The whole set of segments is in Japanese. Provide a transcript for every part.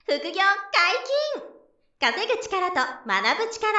副業解禁！稼ぐ力と学ぶ力。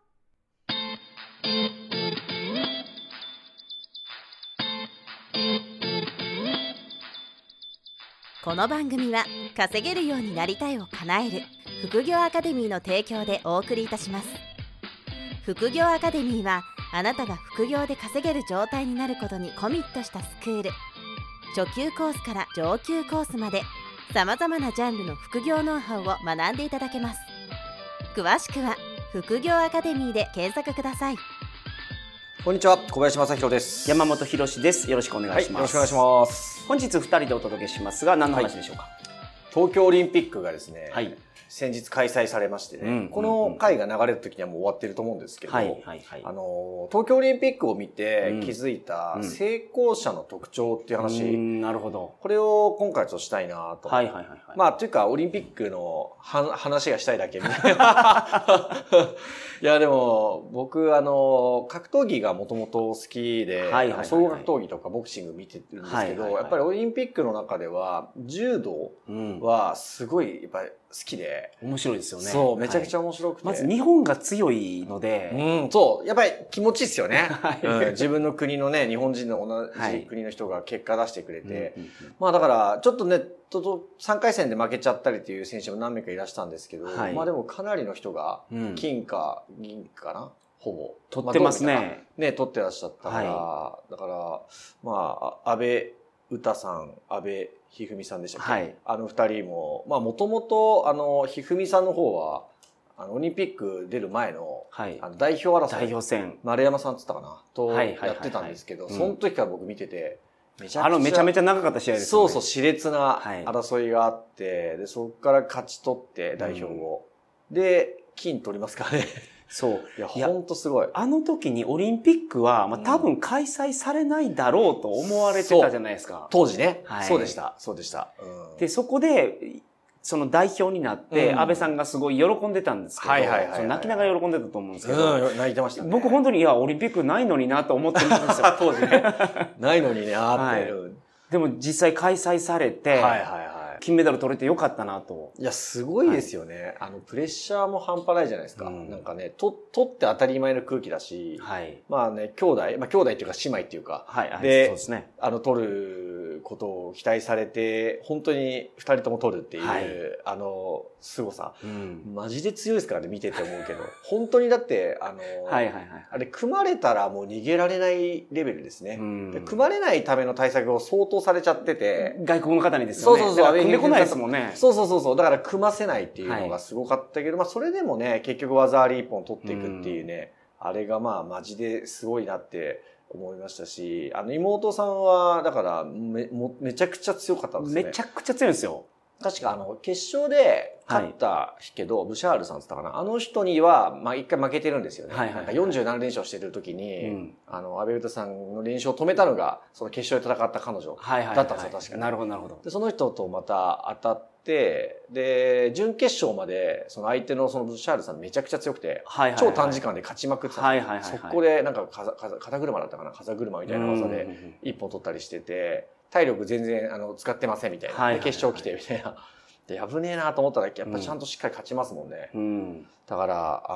この番組は稼げるようになりたいを叶える副業アカデミーの提供でお送りいたします。副業アカデミーはあなたが副業で稼げる状態になることにコミットしたスクール。初級コースから上級コースまでさまざまなジャンルの副業ノウハウを学んでいただけます。詳しくは副業アカデミーで検索ください。 こんにちは、小林正弘です。 山本博です。よろしくお願いします。 よろしくお願いします。 本日2人でお届けしますが、何の話でしょうか。 東京オリンピックがですね、 はい、 先日開催されましてね、この回が流れる時にはもう終わってると思うんですけど、東京オリンピックを見て気づいた成功者の特徴っていう話、 なるほど。 これを今回としたいなと。まあというかオリンピックの話がしたいだけみたいな。いやでも僕格闘技がもともと好きで、総合格闘技とかボクシング見てるんですけど、やっぱりオリンピックの中では柔道はすごいやっぱり好きで。 面白いですよね。 そう、めちゃくちゃ面白くて。 まず日本が強いので。 そう、やっぱり気持ちいいですよね。自分の国のね、日本人の同じ国の人が結果出してくれて。まあだから、ちょっとね、3回戦で負けちゃったりっていう選手も何名かいらしたんですけど、まあでもかなりの人が、金か銀かなほぼ。 取ってますね。 ね、取ってらっしゃったから、だから、まあ、安倍詩さん、安倍一二三さんでしたっけ、二人も、まあもともと、一二三さんの方は、オリンピック出る前の、代表争い。 代表戦。 丸山さんって言ったかなと、やってたんですけど、その時から僕見てて、 めちゃめちゃ長かった試合ですね。 そうそう、熾烈な争いがあって、で、そこから勝ち取って代表を。で、金取りますからね。そう。いや、ほんとすごい。 あの時にオリンピックは、多分開催されないだろうと思われてたじゃないですか。 当時ね。そうでした。そうでした。 で、そこで、その代表になって、安倍さんがすごい喜んでたんですけど、泣きながら喜んでたと思うんですけど、 泣いてましたね。 僕本当に、いや、オリンピックないのになと思ってたんですよ、当時ね。 ないのにね、って。 でも実際開催されて、金メダル取れてよかったなと。 いや、すごいですよね。プレッシャーも半端ないじゃないですか。なんかね、取って当たり前の空気だし、まあね、兄弟っていうか姉妹っていうか、で、そうですね。取ることを期待されて、本当に二人とも取るっていう、凄さ。マジで強いですからね、見てて思うけど。本当にだって、あれ、組まれたらもう逃げられないレベルですね。組まれないための対策を相当されちゃってて。 外国の方にですよね。 そう。 組んでこないですもんね。 そう。だから組ませないっていうのがすごかったけど、まあそれでもね、結局技あり一本取っていくっていうね、あれがまあマジですごいなって思いましたし、妹さんは、だからめちゃくちゃ強かったんですね。 めちゃくちゃ強いんですよ。 確か決勝で勝ったけど、ブシャールさんって言ったかな。あの人には、まあ一回負けてるんですよね。なんか47連勝してる時に、安倍詩さんの連勝を止めたのが、その決勝で戦った彼女だったんですよ、確かに。 なるほど。 で、その人とまた当たって、で、準決勝まで、その相手のそのブシャールさんめちゃくちゃ強くて、超短時間で勝ちまくってたんですよ。そこでなんか肩車だったかな、風車みたいな技で一本取ったりしてて、体力全然使ってませんみたいな。で、決勝来てみたいな。で、危ねえなと思っただけ、やっぱちゃんとしっかり勝ちますもんね。だから、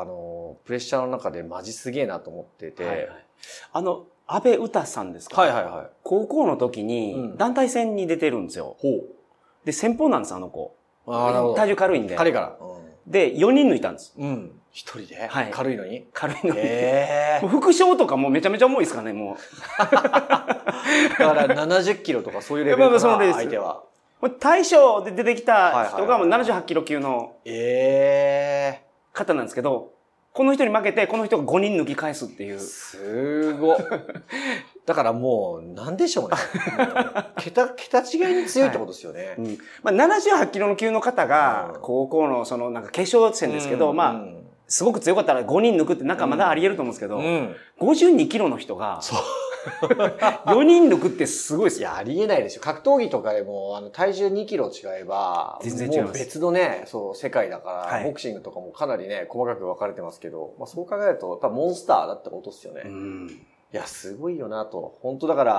プレッシャーの中でマジすげえなと思ってて。 安倍詩さんですか？高校の時に団体戦に出てるんですよ。で、先鋒なんです、あの子。体重軽いんで。 軽いから。 で、4人抜いたんです。 一人で軽いのに軽いのに。副賞とかもめちゃめちゃ重いですからね、もう。 だから70キロとかそういうレベルかな、相手は。 大将で出てきた人がもう78キロ級の方なんですけど、この人に負けて、この人が5人抜き返すっていう。 すごい。だからもう、なんでしょうね。桁違いに強いってことですよね。 まあ、78キロの級の方が、高校のそのなんか決勝戦ですけど、まあ、すごく強かったら5人抜くってなんかまだあり得ると思うんですけど、52キロの人が、4人抜くってすごいですよ。 いや、ありえないですよ。格闘技とかでも、体重2キロ違えば、 全然違います。 もう別のね、世界だから、ボクシングとかもかなりね、細かく分かれてますけど、まあそう考えると、やっぱモンスターだってことですよね。いや、すごいよなと。本当だから、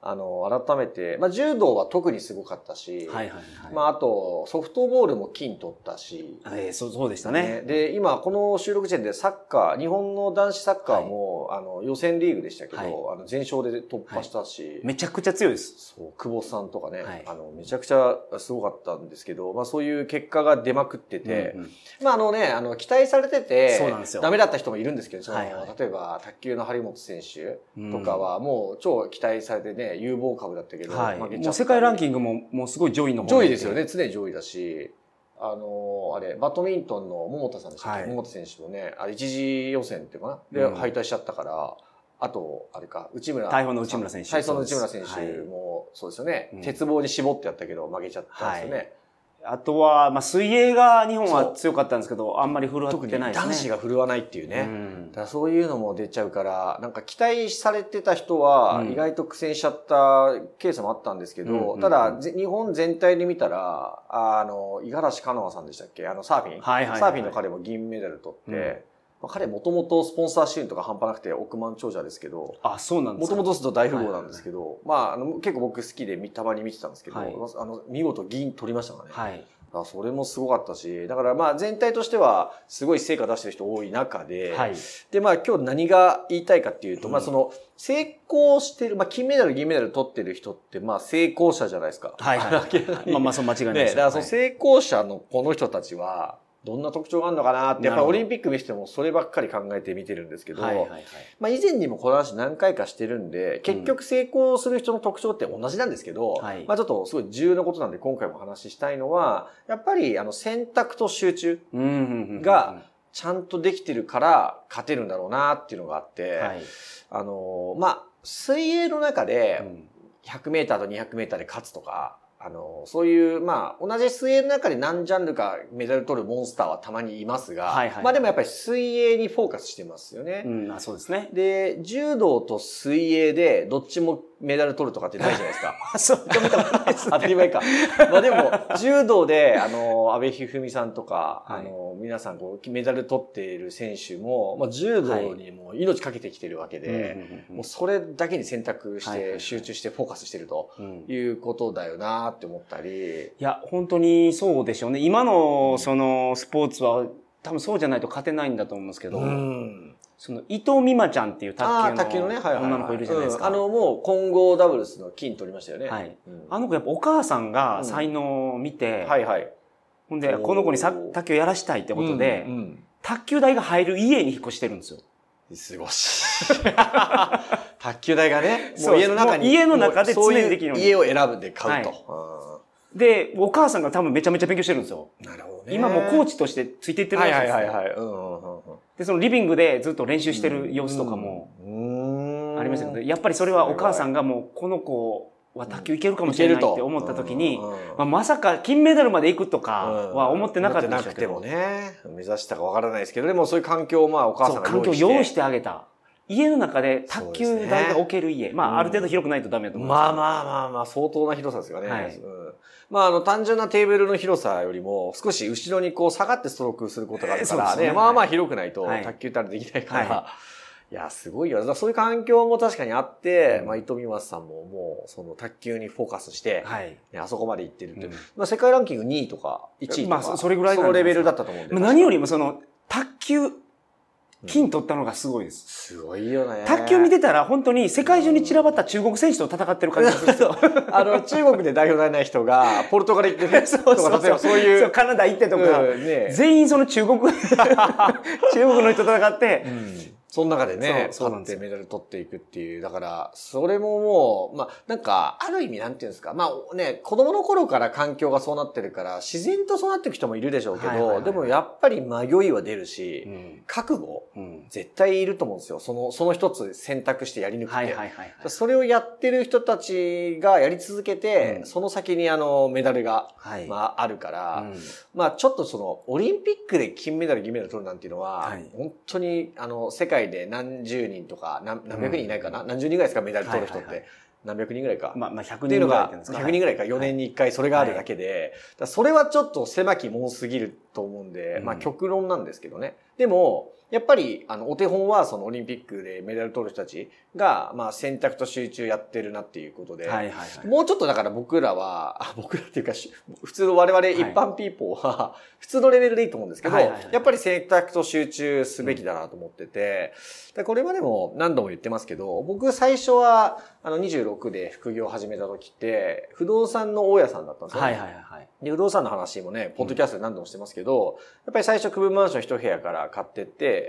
改めて、柔道は特にすごかったし、あと、ソフトボールも金取ったし。 そうでしたね。 で、今、この収録時点でサッカー、日本の男子サッカーも、予選リーグでしたけど、全勝で突破したし。 めちゃくちゃ強いです。 そう、久保さんとかね、めちゃくちゃすごかったんですけど、そういう結果が出まくってて、期待されてて、ダメだった人もいるんですけど、例えば、卓球の張本選手とかは、もう超期待されてね、有望株だったけど、 もう世界ランキングももうすごい上位の方上位ですよね、常に上位だし、バドミントンの桃田さんでしたっけ、桃田選手もね、一次予選っていうかな、で、敗退しちゃったから、あと、 大砲の内村選手。 体操の内村選手も、そうですよね、鉄棒に絞ってやったけど負けちゃったんですよね。 あとは、水泳が日本は強かったんですけど、あんまり振るわってないですね。 男子が振るわないっていうね。だからそういうのも出ちゃうから、なんか期待されてた人は意外と苦戦しちゃったケースもあったんですけど、ただ、日本全体で見たら、五十嵐カノアさんでしたっけ、サーフィン。サーフィンの彼も銀メダル取って、彼もともとスポンサー支援とか半端なくて億万長者ですけど、 そうなんですか。 もともと大富豪なんですけど、結構僕好きでたまに見てたんですけど、見事銀取りましたからね。それもすごかったし、だから全体としてはすごい成果出してる人多い中で、で今日何が言いたいかっていうと、その成功してる、金メダル銀メダル取ってる人って成功者じゃないですか。 そう間違いないです。 だからその成功者のこの人たちは、どんな特徴があるのかなって、やっぱりオリンピック見ててもそればっかり考えて見てるんですけど、以前にもこの話何回かしてるんで、結局成功する人の特徴って同じなんですけど、ちょっとすごい重要なことなんで今回も話したいのは、やっぱり選択と集中がちゃんとできてるから勝てるんだろうなっていうのがあって、水泳の中で100メーターと200メーターで勝つとか、そういう、同じ水泳の中で何ジャンルかメダル取るモンスターはたまにいますが、でもやっぱり水泳にフォーカスしてますよね。 そうですね。 で、柔道と水泳でどっちもメダル取るとかってないじゃないですか。 そう、見たことないですね。 当たり前か。でも、柔道で、阿部一二三さんとか、皆さんメダル取っている選手も、柔道にも命かけてきてるわけで、もうそれだけに選択して、集中してフォーカスしてるということだよなって思ったり。 いや、本当にそうでしょうね。今の、その、スポーツは、多分そうじゃないと勝てないんだと思うんですけど、その伊藤美誠ちゃんっていう卓球の女の子いるじゃないですか。 もう混合ダブルスの金取りましたよね。 あの子やっぱお母さんが才能を見て、ほんで、この子に卓球やらしたいってことで、卓球台が入る家に引っ越してるんですよ。 すごい。卓球台がね、もう家の中に。 家の中で常にできるように。 家を選ぶで買うと。 で、お母さんが多分めちゃめちゃ勉強してるんですよ。 なるほどね。 今もうコーチとしてついていってるらしいですよ。で、そのリビングでずっと練習してる様子とかもありましたけど、やっぱりそれはお母さんがもうこの子は卓球いけるかもしれないって思った時に、まさか金メダルまで行くとかは思ってなかったんでしょうけど。 思ってなくてもね、目指したかわからないですけど、でもそういう環境をお母さんが環境を用意してあげた。家の中で卓球台が置ける家。ある程度広くないとダメだと思うんですけど。相当な広さですよね。単純なテーブルの広さよりも、少し後ろに下がってストロークすることがあるからね、広くないと卓球ってできないから、いや、すごいよ。そういう環境も確かにあって、伊藤美誠さんももう、その卓球にフォーカスして、あそこまで行ってるって。世界ランキング2位とか1位とか、 それぐらいそのレベルだったと思うんで。 何よりもその、卓球、金取ったのがすごいです。 すごいよね。 卓球見てたら本当に世界中に散らばった中国選手と戦ってる感じがするんですよ。 中国で代表になれない人が、ポルトガル行ってね、そういう。 カナダ行ってとか、全員その中国の人と戦って、 その中でね、勝ってメダル取っていくっていう。だから、それももう、ある意味なんていうんですか。子供の頃から環境がそうなってるから、自然とそうなっていく人もいるでしょうけど、でもやっぱり迷いは出るし、覚悟、絶対いると思うんですよ。その一つ選択してやり抜くって。それをやってる人たちがやり続けて、その先にメダルが、あるから、ちょっとオリンピックで金メダル、銀メダル取るなんていうのは、本当に、世界で何十人とか、何百人いないかな、何十人ぐらいですか、メダル取る人って。何百人ぐらいか。 100人ぐらい 100人ぐらいか、4年に1回それがあるだけで、それはちょっと狭き門すぎると思うんで、まあ極論なんですけどね。でも、やっぱり、お手本はそのオリンピックでメダル取る人たちが、まあ選択と集中やってるなっていうことで、もうちょっとだから僕らっていうか、普通の我々一般ピーポーは、普通のレベルでいいと思うんですけど、やっぱり選択と集中すべきだなと思ってて、これまでも何度も言ってますけど、僕最初は、26で副業を始めた時って、不動産の大家さんだったんですよね。で、不動産の話もね、ポッドキャストで何度もしてますけど、やっぱり最初区分マンション一部屋から買ってって、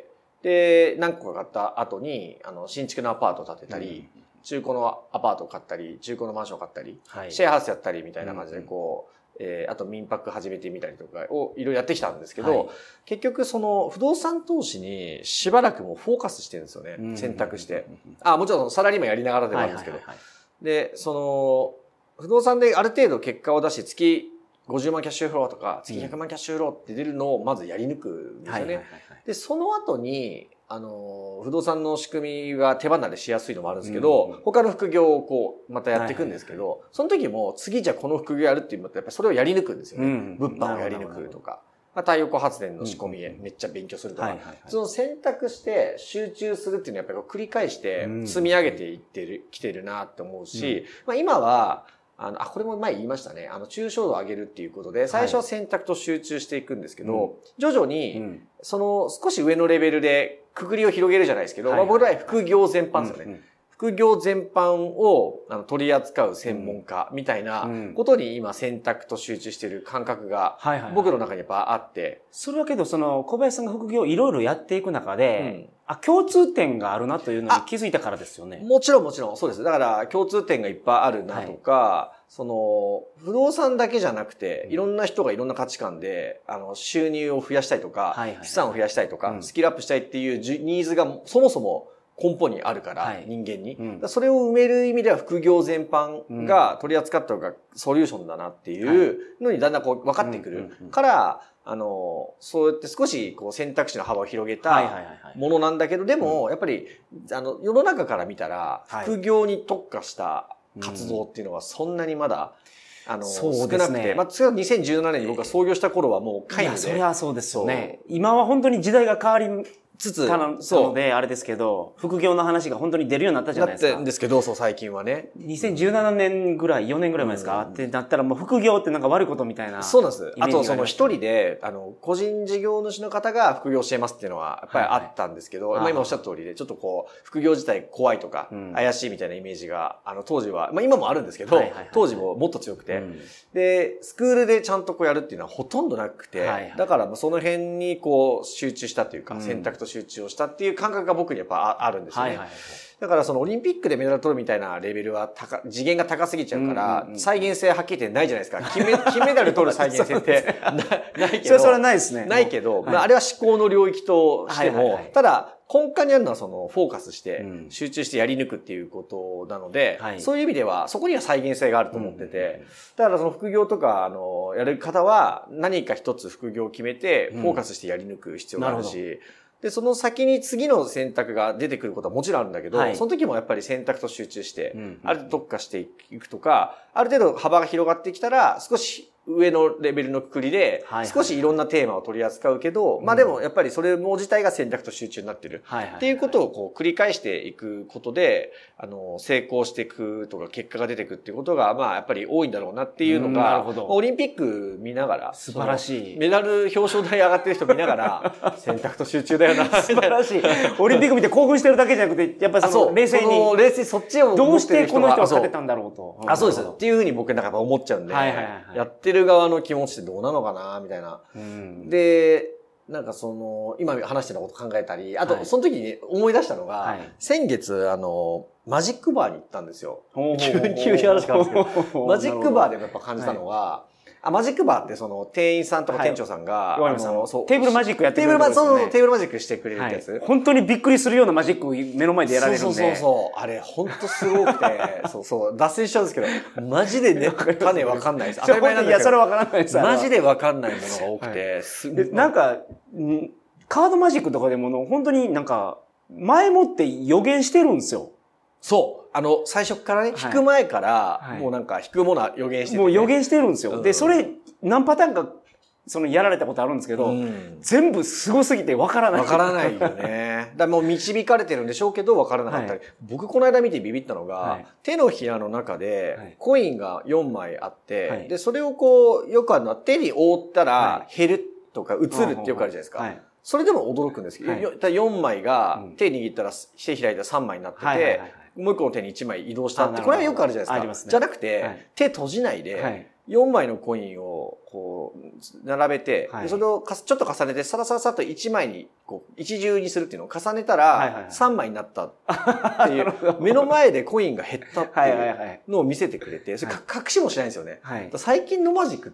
で、何個か買った後に、新築のアパートを建てたり、中古のアパートを買ったり、中古のマンションを買ったり、シェアハウスやったりみたいな感じで、あと民泊始めてみたりとかをいろいろやってきたんですけど、結局その不動産投資にしばらくもうフォーカスしてるんですよね。選択して。もちろんサラリーマンやりながらではあるんですけど。で、不動産である程度結果を出し、月50万キャッシュフローとか、月100万キャッシュフローって出るのをまずやり抜くんですよね。で、その後に、不動産の仕組みが手離れしやすいのもあるんですけど、他の副業をまたやっていくんですけど、その時も次じゃあこの副業やるっていうのってやっぱりそれをやり抜くんですよね。物販をやり抜くとか。太陽光発電の仕込みめっちゃ勉強するとか。その選択して集中するっていうのはやっぱり繰り返して積み上げていってきてるなって思うし、今は、これも前言いましたね。抽象度を上げるっていうことで、最初は選択と集中していくんですけど、徐々に、少し上のレベルでくくりを広げるじゃないですけど、僕らは副業全般ですよね。副業全般を取り扱う専門家みたいなことに今選択と集中している感覚が僕の中にやっぱあって。 それはけど小林さんが副業いろいろやっていく中で、共通点があるなというのに気づいたからですよね。 もちろんそうです。だから共通点がいっぱいあるなとか、不動産だけじゃなくて、いろんな人がいろんな価値観で、収入を増やしたいとか、資産を増やしたいとか、スキルアップしたいっていうニーズがそもそも根本にあるから、人間に。それを埋める意味では副業全般が取り扱った方がソリューションだなっていうのにだんだん分かってくるから、そうやって少し選択肢の幅を広げたものなんだけど、でも、やっぱり、世の中から見たら、副業に特化した活動っていうのはそんなにまだ、少なくて、それは2017年に僕が創業した頃はもう皆無で。 それはそうですよね。今は本当に時代が変わりつつなので、あれですけど、副業の話が本当に出るようになったじゃないですか。 なってんですけど、最近はね。 2017年ぐらい、4年ぐらい前ですか、ってなったらもう副業ってなんか悪いことみたいな。 そうなんです。あと一人で、個人事業主の方が副業してますっていうのはやっぱりあったんですけど、今おっしゃった通りで、ちょっと副業自体怖いとか、怪しいみたいなイメージが、当時は、今もあるんですけど、当時ももっと強くて、で、スクールでちゃんとやるっていうのはほとんどなくて、だからその辺に集中したというか、選択と集中をしたっていう感覚が僕にやっぱあるんですよね。だからオリンピックでメダル取るみたいなレベルは次元が高すぎちゃうから、再現性はっきり言ってないじゃないですか。金メダル取る再現性ってないけど。 それはないですね。 ないけど、あれは思考の領域としても、ただ根幹にあるのはフォーカスして集中してやり抜くっていうことなので、そういう意味ではそこには再現性があると思ってて、だから副業とかやる方は何か一つ副業を決めてフォーカスしてやり抜く必要があるし、で、その先に次の選択が出てくることはもちろんあるんだけど、その時もやっぱり選択と集中して、ある程度特化していくとか、ある程度幅が広がってきたら、少し上のレベルのくくりで、少しいろんなテーマを取り扱うけど、でもやっぱりそれも自体が選択と集中になってる。っていうことを繰り返していくことで、成功していくとか結果が出ていくっていうことが、やっぱり多いんだろうなっていうのが、オリンピック見ながら、 素晴らしい。 メダル表彰台上がってる人見ながら、選択と集中だよな。 素晴らしい。オリンピック見て興奮してるだけじゃなくて、やっぱり冷静にそっちをどうしてこの人は勝てたんだろうと。 そうです。っていうふうに僕なんか思っちゃうんで、やってる側の気持ちってどうなのかなみたいな。で、なんか今話してたこと考えたり、あと、その時に思い出したのが、先月、マジックバーに行ったんですよ。急に話変わるんですけど、マジックバーでやっぱ感じたのは、マジックバーって店員さんとか店長さんが、 テーブルマジックやってくれるんですよね。 テーブルマジックしてくれるやつ。 本当にびっくりするようなマジックを目の前でやられるんで。 あれ、本当すごくて、脱線しちゃうんですけど、マジでね、種わかんないです。当たり前なんですけど。 いや、それわからないです。 マジでわかんないものが多くて。 なんか、カードマジックとかでも本当になんか、前もって予言してるんですよ。 そう。最初からね、引く前から、もうなんか引くものは予言してて、 もう予言してるんですよ。で、それ、何パターンかやられたことあるんですけど、全部すごすぎてわからない。 わからないよね。だもう導かれてるんでしょうけど、わからなかったり。僕この間見てビビったのが、手のひらの中でコインが4枚あって、で、それをよくあるのは手に覆ったら減るとか映るってよくあるじゃないですか。それでも驚くんですけど、4枚が手握ったら、手開いたら3枚になってて、もう一個の手に1枚移動したって、これはよくあるじゃないですか。じゃなくて、手閉じないで、4枚のコインを並べて、それをちょっと重ねて、さらさらさっと1枚に、一重にするっていうのを重ねたら、3枚になったっていう、目の前でコインが減ったっていうのを見せてくれて、それ隠しもしないんですよね。最近のマジックって、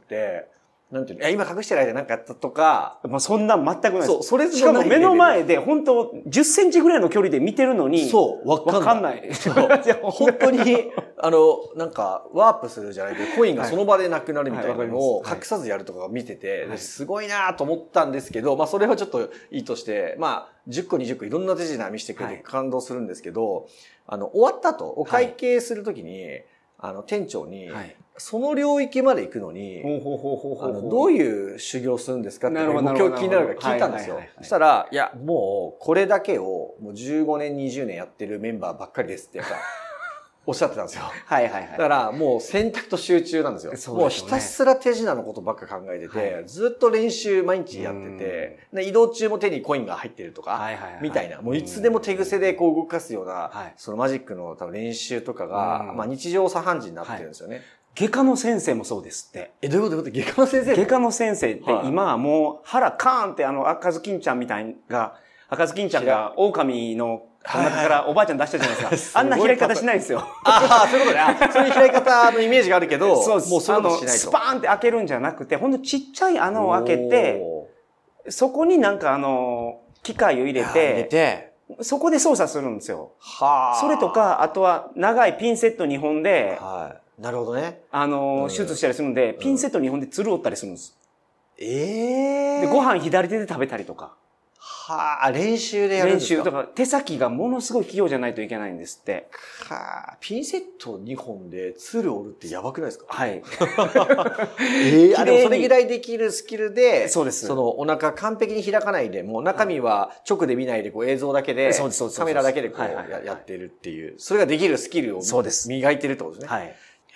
なんていうの、今隠してる間なんかやったとか。 まあそんな全くないです。 そう、それしかも目の前で本当10センチぐらいの距離で見てるのに。 そう、わかんない。そう。本当に、なんか、ワープするじゃないけど、コインがその場でなくなるみたいなのを隠さずやるとか見てて、すごいなと思ったんですけど、まあそれはちょっといいとして、まあ10個20個いろんな手品見せてくれて感動するんですけど、終わった後、お会計するときに、店長に、その領域まで行くのに、どういう修行するんですかって、今日気になるから聞いたんですよ。そしたら、いや、もう、これだけを、もう15年、20年やってるメンバーばっかりですって、おっしゃってたんですよ。だから、もう選択と集中なんですよ。もうひたすら手品のことばっか考えてて、ずっと練習毎日やってて、移動中も手にコインが入ってるとか、みたいな、もういつでも手癖で動かすような、そのマジックの多分練習とかが、まあ日常茶飯事になってるんですよね。 外科の先生もそうですって。 どういうこと外科の先生？ 外科の先生って今はもう腹カーンって赤ずきんちゃんみたいが、赤ずきんちゃんが狼の中からおばあちゃん出したじゃないですか。あんな開き方しないですよ。 ああ、そういうことね。そういう開き方のイメージがあるけど、 そうもうそういうのしないと。スパーンって開けるんじゃなくて、ほんとちっちゃい穴を開けて、そこになんか機械を入れて、そこで操作するんですよ。それとか、あとは長いピンセット2本で、 なるほどね。 手術したりするんで、ピンセット2本でつる折ったりするんです。で、ご飯左手で食べたりとか。 練習でやるんですか？ 練習とか、手先がものすごい器用じゃないといけないんですって。 ピンセット2本でつる折るってやばくないですか？ はい。 でもそれぐらいできるスキルで、 そうです。 そのお腹完璧に開かないで、もう中身は直で見ないで映像だけで、カメラだけでやってるっていう、それができるスキルを磨いてるってことですね。 はい。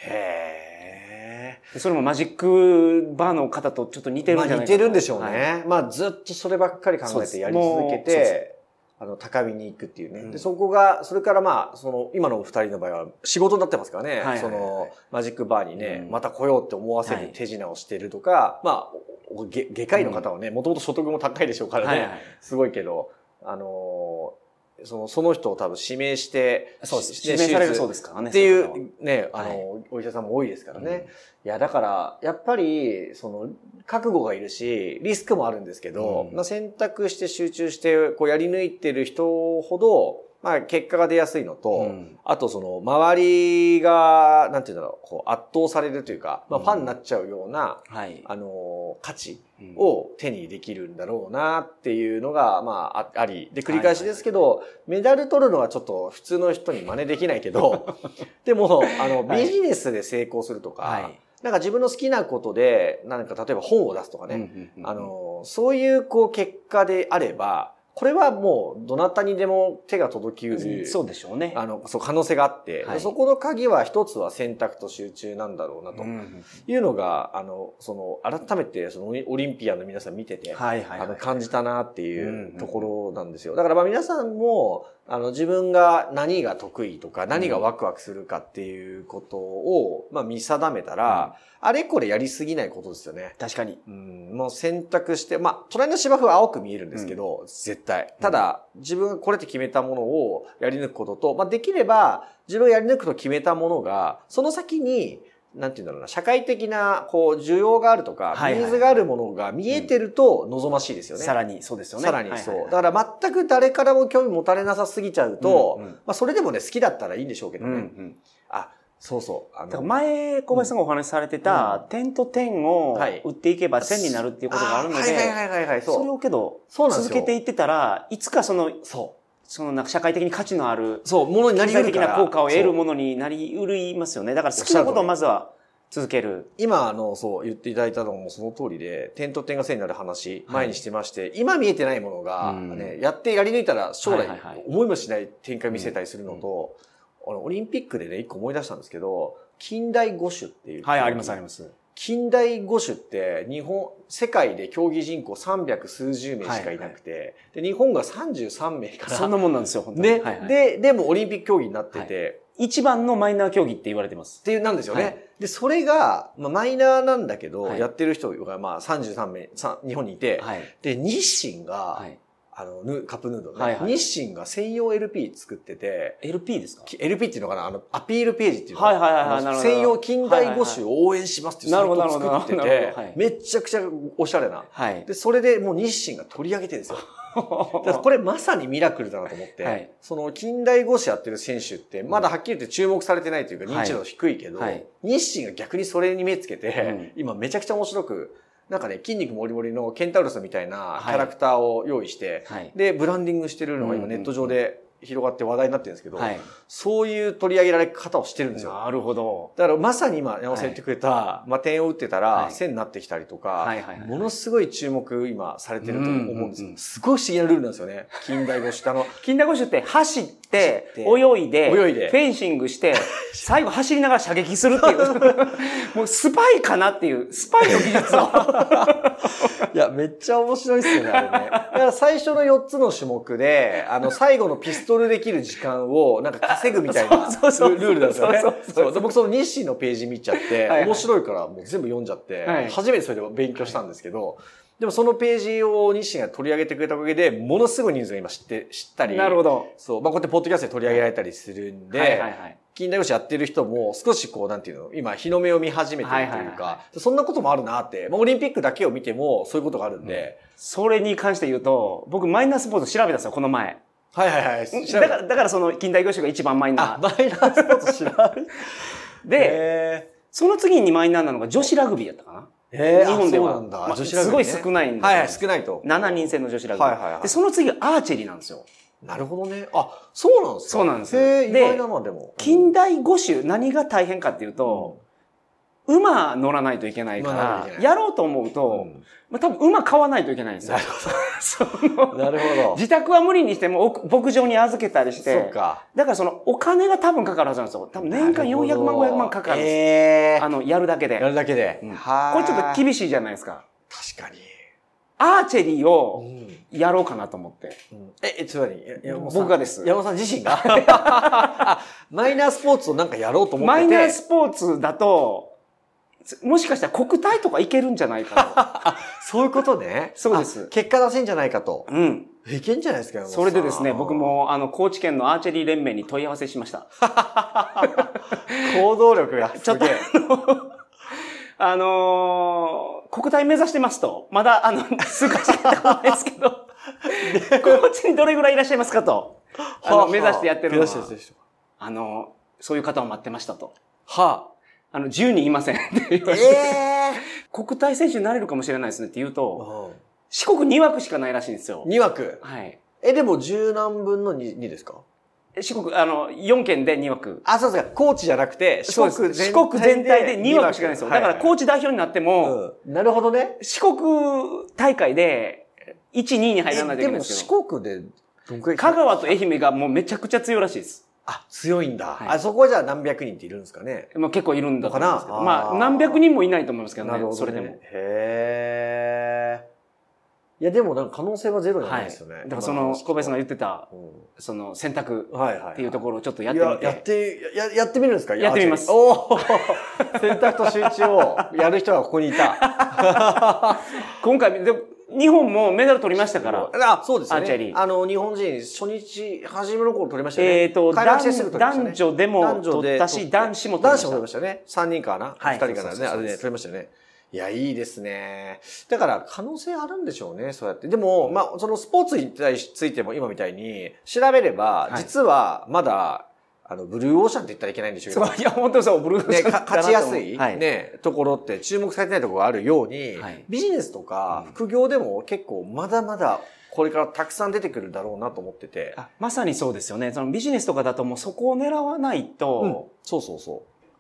それもマジックバーの方とちょっと似てるんじゃないかな。 似てるんでしょうね。まあずっとそればっかり考えてやり続けて、高みに行くっていうね。で、それからまあ、今のお二人の場合は仕事になってますからね。マジックバーにね、また来ようって思わせる手品をしてるとか、まあ、外科医の方はね、もともと所得も高いでしょうからね。すごいけど、その人を多分指名して、 指名されるそうですからね。 っていうね、お医者さんも多いですからね。いや、だから、やっぱり、覚悟がいるし、リスクもあるんですけど、選択して集中して、やり抜いてる人ほど、まあ、結果が出やすいのと、あと周りが、なんていうんだろう、圧倒されるというか、まあ、ファンになっちゃうような、価値を手にできるんだろうなっていうのが、まあ、あり。で、繰り返しですけど、メダル取るのはちょっと普通の人に真似できないけど、でも、ビジネスで成功するとか、なんか自分の好きなことで、なんか例えば本を出すとかね、そういう結果であれば、これはもうどなたにでも手が届きうる。 そうでしょうね。 可能性があって、そこの鍵は一つは選択と集中なんだろうなというのが、改めてオリンピアンの皆さん見てて、感じたなっていうところなんですよ。だからまあ皆さんも、自分が何が得意とか何がワクワクするかっていうことを、まあ見定めたら、あれこれやりすぎないことですよね。 確かに。 もう選択して、まあ、隣の芝生は青く見えるんですけど、絶対。ただ、自分がこれって決めたものをやり抜くことと、まあ、できれば、自分がやり抜くと決めたものが、その先に、なんていうんだろうな、社会的な、需要があるとか、ニーズがあるものが見えてると望ましいですよね。 さらに、そうですよね。 さらにそう。だから全く誰からも興味持たれなさすぎちゃうと、まあ、それでもね、好きだったらいいんでしょうけどね。そうそう。 だから前、小林さんがお話しされてた、点と点を打っていけば線になるっていうことがあるので、それをけど、続けていってたら、いつかなんか社会的に価値のある、 ものになり得る的な効果を得るものになり得ますよね。だから好きなことをまずは続ける。 今、そう言っていただいたのもその通りで、点と点が線になる話、前にしてまして、今見えてないものが、ね、やり抜いたら将来、思いもしない展開見せたりするのと、オリンピックでね、一個思い出したんですけど、近代五種っていう。 はい、あります、あります。 近代五種って世界で競技人口300数十名しかいなくて、で日本が33名から。 そんなもんなんですよ、本当に。 ね、でもオリンピック競技になってて、 一番のマイナー競技って言われてます。 っていう、なんですよね。で、それが、マイナーなんだけど、やってる人が33名、日本にいて、で、日清が、カップヌードルね。日清が専用 LP 作ってて。 LP ですか？ LP っていうのかなアピールページっていうの。 専用近代五種を応援しますっていうサイトを作ってて、めちゃくちゃおしゃれな。で、それでもう日清が取り上げてるんですよ。だからこれまさにミラクルだなと思って、その近代五種やってる選手ってまだはっきり言って注目されてないというか認知度低いけど、日清が逆にそれに目つけて、今めちゃくちゃ面白く、なんかね、筋肉もりもりのケンタウロスみたいなキャラクターを用意して、で、ブランディングしてるのが今ネット上で広がって話題になってるんですけど、そういう取り上げられ方をしてるんですよ。 なるほど。 だからまさに今、山本さん言ってくれた、点を打ってたら線になってきたりとか、ものすごい注目今されてると思うんですよ。すごい不思議なルールなんですよね。近代五種近代五種って走って、泳いで、フェンシングして、最後走りながら射撃するっていう。もうスパイかなっていう、スパイの技術を。 いや、めっちゃ面白いっすよね、あれね。だから最初の4つの種目で、最後のピストルできる時間をなんか稼ぐみたいなルールなんですよね。そう。で僕その日清のページ見ちゃって、面白いからもう全部読んじゃって、初めてそれで勉強したんですけど、でもそのページを日清が取り上げてくれたおかげで、ものすごい人数が今知ったり。 なるほど。 そう。こうやってポッドキャストで取り上げられたりするんで、近代五種やってる人も少しなんていうの、今日の目を見始めてるというか、そんなこともあるなって、オリンピックだけを見てもそういうことがあるんで。 それに関して言うと、僕マイナースポーツ調べたんですよ、この前。 だからその近代五種が一番マイナー。 マイナースポーツ調べで、その次にマイナーなのが女子ラグビーやったかな。日本では。すごい少ないんです少ないと。 7人制の女子ラグビー。で、その次がアーチェリーなんですよ。 なるほどね。あ、そうなんですか？ そうなんです。 意外だな、でも。 近代五種、何が大変かっていうと、馬乗らないといけないから、やろうと思うと、多分馬買わないといけないんですよ。 なるほど。 自宅は無理にしても牧場に預けたりして。 そうか。 だからそのお金が多分かかるはずなんですよ。多分年間400万、500万かかるんです。やるだけで。 やるだけで。 これちょっと厳しいじゃないですか。 確かに。 アーチェリーをやろうかなと思って。 つまり、 僕がです。 山本さん自身がマイナースポーツをなんかやろうと思ってて。 マイナースポーツだと、もしかしたら国体とかいけるんじゃないかと。そういうことね。 そうです。 結果出せんじゃないかと。いけんじゃないですか、 それでですね、僕も高知県のアーチェリー連盟に問い合わせしました。 行動力がちょっと国体目指してますと。まだ数回しかやったことないですけど。高知にどれぐらいいらっしゃいますかと。目指してやってるのは。そういう方を待ってましたと。10人いませんって言われて、国体選手になれるかもしれないですねって言うと、四国2枠しかないらしいんですよ。 2枠？ はい。 でも10何分の 2ですか？ 四国、4県で2枠。 そうですか。高知じゃなくて、 四国全体で2枠しかないんですよ。だから高知代表になっても、 なるほどね。 四国大会で1、2に入らないといけないんですけど。 でも四国で、 香川と愛媛がもうめちゃくちゃ強いらしいです。 強いんだ。そこはじゃあ何百人っているんですかね。 結構いるんだと思うんですけど。何百人もいないと思いますけどね。それでも。 いや、でもなんか可能性はゼロじゃないですよね。 だから小林さんが言ってた、選択っていうところをちょっとやってみて。 やってみるんですか？ やってみます。 選択と集中をやる人がここにいた。 今回、日本もメダル取りましたから。 そうですね。 アーチェリー。日本人、初日、初めの頃取りましたね。 男女でも取ったし、男子も取りました。 男子も取りましたね。3人かな ?2 人かなね。あれね、取りましたよね。いや、いいですね。だから可能性あるんでしょうね、そうやって。でも、そのスポーツについても今みたいに調べれば、実はまだ、ブルーオーシャンって言ったらいけないんでしょうけど。 いや、本当そう、ブルーオーシャン。 勝ちやすい、ところって注目されてないところがあるように、ビジネスとか副業でも結構まだまだこれからたくさん出てくるだろうなと思ってて。 まさにそうですよね。そのビジネスとかだともうそこを狙わないと、 そう。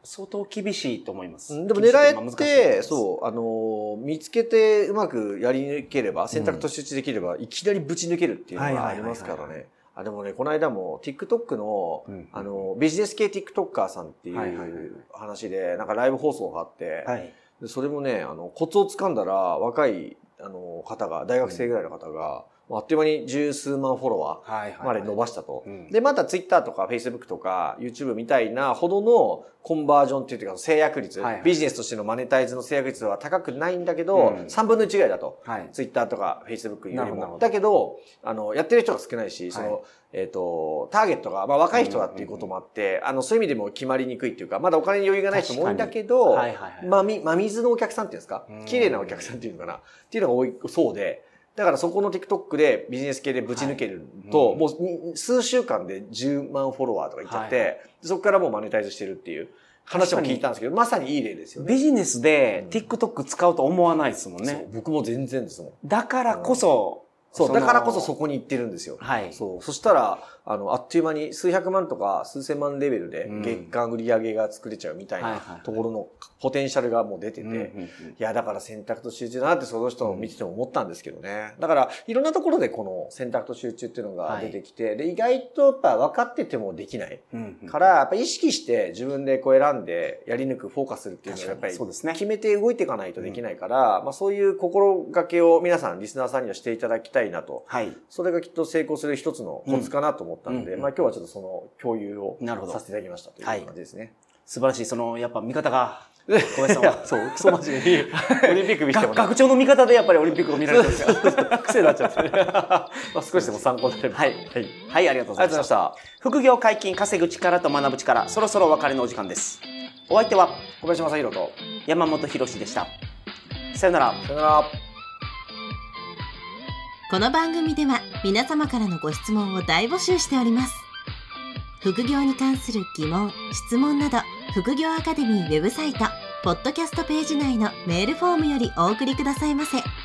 相当厳しいと思います。 でも狙えて、そう、見つけてうまくやり抜ければ、選択と集中できれば、いきなりぶち抜けるっていうのがありますからね。でもね、この間も TikTok の、ビジネス系 TikToker さんっていう話で、なんかライブ放送があって、それもね、コツをつかんだら、若い、方が、大学生ぐらいの方が、あっという間に十数万フォロワーまで伸ばしたと。で、また Twitter とか Facebook とか YouTube みたいなほどのコンバージョンっていうか制約率、ビジネスとしてのマネタイズの制約率は高くないんだけど、3分の1ぐらいだと。Twitter とか Facebook よりも。だけど、やってる人が少ないし、ターゲットが、若い人だっていうこともあって、そういう意味でも決まりにくいっていうか、まだお金に余裕がない人も多いんだけど、真水のお客さんっていうんですか、綺麗なお客さんっていうのかな、っていうのが多いそうで、だからそこの TikTok でビジネス系でぶち抜けると、もう数週間で10万フォロワーとかいっちゃって、そこからもうマネタイズしてるっていう話も聞いたんですけど、まさにいい例ですよね。 ビジネスで TikTok 使うと思わないですもんね。 僕も全然ですもん。 だからこそ、 だからこそそこに行ってるんですよ。そしたら、あっという間に数百万とか数千万レベルで月間売り上げが作れちゃうみたいなところのポテンシャルがもう出てて、いや、だから選択と集中だなってその人を見てても思ったんですけどね。だから、いろんなところでこの選択と集中っていうのが出てきて、で、意外とやっぱ分かっててもできないから、やっぱ意識して自分でこう選んでやり抜く、フォーカスするっていうのがやっぱり決めて動いていかないとできないから、そういう心がけを皆さん、リスナーさんにはしていただきたいなと。それがきっと成功する一つのコツかなと思ったので、今日はちょっとその共有をさせていただきましたという感じですね。 素晴らしい。やっぱ見方が、小林さんは。 そう、クソ真面目にオリンピック見ても学長の見方でやっぱりオリンピックを見られてるんですよ。癖になっちゃってね。少しでも参考になれば。 はい、ありがとうございました。副業解禁、稼ぐ力と学ぶ力、そろそろお別れのお時間です。お相手は、 小林正弘と山本博史でした。さよなら。 さよなら。 この番組では皆様からのご質問を大募集しております。副業に関する疑問・質問など、副業アカデミーウェブサイト、ポッドキャストページ内のメールフォームよりお送りくださいませ。